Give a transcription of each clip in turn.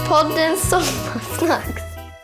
Ostpodden Sommarsnacks.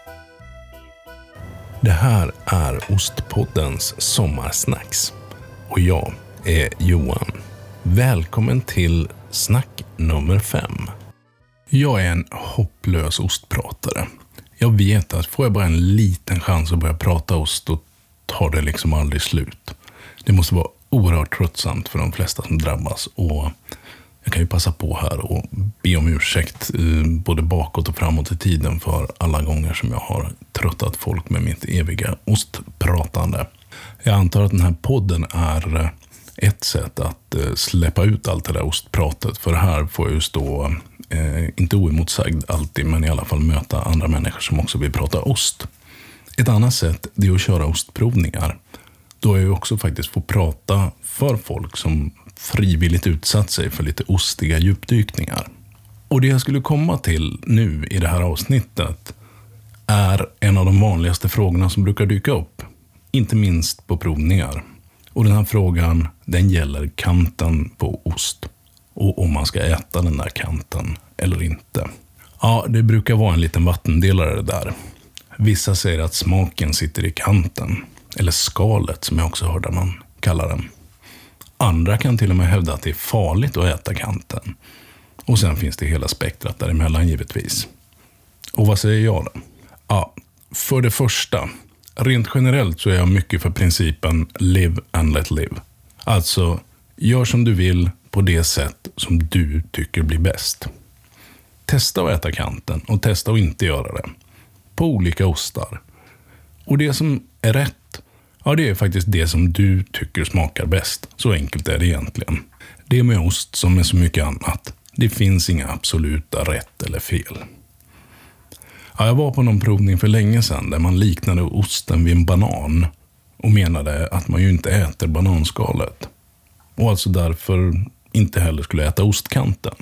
Det här är Ostpoddens Sommarsnacks. Och jag är Johan. Välkommen till snack nummer 5. Jag är en hopplös ostpratare. Jag vet att får jag bara en liten chans att börja prata ost, då tar det liksom aldrig slut. Det måste vara oerhört tröttsamt för de flesta som drabbas, och jag kan ju passa på här och be om ursäkt både bakåt och framåt i tiden för alla gånger som jag har tröttat folk med mitt eviga ostpratande. Jag antar att den här podden är ett sätt att släppa ut allt det där ostpratet, för här får jag ju stå, inte oemotsagd alltid, men i alla fall möta andra människor som också vill prata ost. Ett annat sätt är att köra ostprovningar. Då jag ju också faktiskt får prata för folk som frivilligt utsatt sig för lite ostiga djupdykningar. Och det jag skulle komma till nu i det här avsnittet är en av de vanligaste frågorna som brukar dyka upp. Inte minst på provningar. Och den här frågan, den gäller kanten på ost. Och om man ska äta den där kanten eller inte. Ja, det brukar vara en liten vattendelare där. Vissa säger att smaken sitter i kanten. Eller skalet, som jag också hörde man kallar den. Andra kan till och med hävda att det är farligt att äta kanten. Och sen finns det hela spektrat däremellan givetvis. Och vad säger jag då? Ja, för det första, rent generellt så är jag mycket för principen live and let live. Alltså, gör som du vill på det sätt som du tycker blir bäst. Testa att äta kanten och testa att inte göra det. På olika ostar. Och det som är rätt, ja, det är faktiskt det som du tycker smakar bäst. Så enkelt är det egentligen. Det är med ost som med så mycket annat. Det finns inga absoluta rätt eller fel. Ja, jag var på någon provning för länge sedan där man liknade osten vid en banan och menade att man ju inte äter bananskalet. Och alltså därför inte heller skulle äta ostkanten.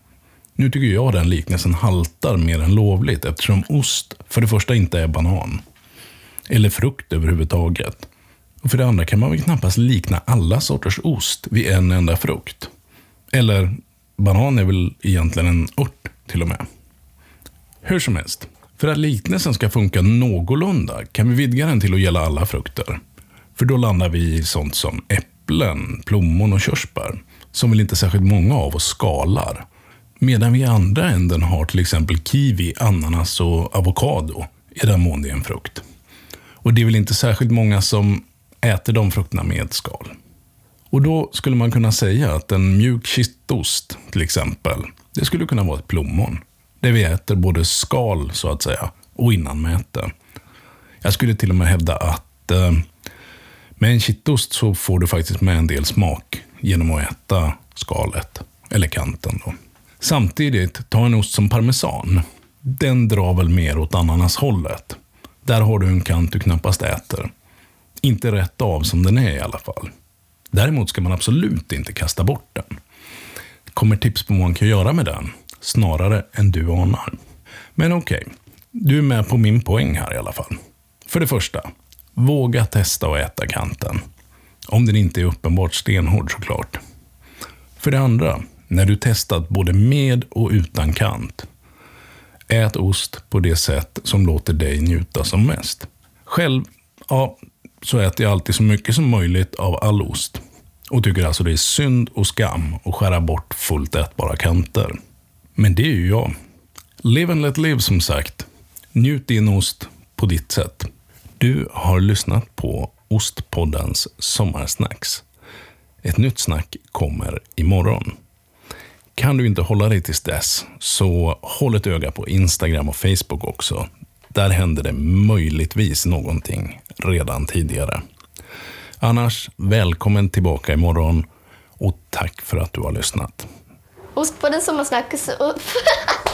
Nu tycker jag den liknelsen haltar mer än lovligt, eftersom ost för det första inte är banan. Eller frukt överhuvudtaget. Och för det andra kan man väl knappast likna alla sorters ost vid en enda frukt. Eller banan är väl egentligen en ört till och med. Hur som helst, för att liknelsen ska funka någorlunda kan vi vidga den till att gälla alla frukter. För då landar vi i sånt som äpplen, plommon och körsbär, som väl inte särskilt många av oss skalar. Medan vi i andra änden har till exempel kiwi, ananas och avokado, i den mån det är en frukt. Och det är väl inte särskilt många som äter de frukterna med skal. Och då skulle man kunna säga att en mjuk kittost till exempel, det skulle kunna vara ett plommon. Där vi äter både skal så att säga och innanmäte. Jag skulle till och med hävda att med en kittost så får du faktiskt med en del smak genom att äta skalet eller kanten då. Samtidigt, ta en ost som parmesan. Den drar väl mer åt ananashållet. Där har du en kant du knappast äter. Inte rätt av som den är i alla fall. Däremot ska man absolut inte kasta bort den. Det kommer tips på vad man kan göra med den. Snarare än du anar. Men okej, du är med på min poäng här i alla fall. För det första, våga testa att äta kanten. Om den inte är uppenbart stenhård såklart. För det andra, när du testat både med och utan kant, ät ost på det sätt som låter dig njuta som mest. Själv, ja, så äter jag alltid så mycket som möjligt av all ost. Och tycker alltså det är synd och skam att skära bort fullt ätbara kanter. Men det är ju jag. Live and let live som sagt. Njut din ost på ditt sätt. Du har lyssnat på Ostpoddens Sommarsnacks. Ett nytt snack kommer imorgon. Kan du inte hålla dig tills dess, så håll ett öga på Instagram och Facebook också. Där händer det möjligtvis någonting redan tidigare. Annars, välkommen tillbaka imorgon och tack för att du har lyssnat. Ostpodden Sommarsnacks.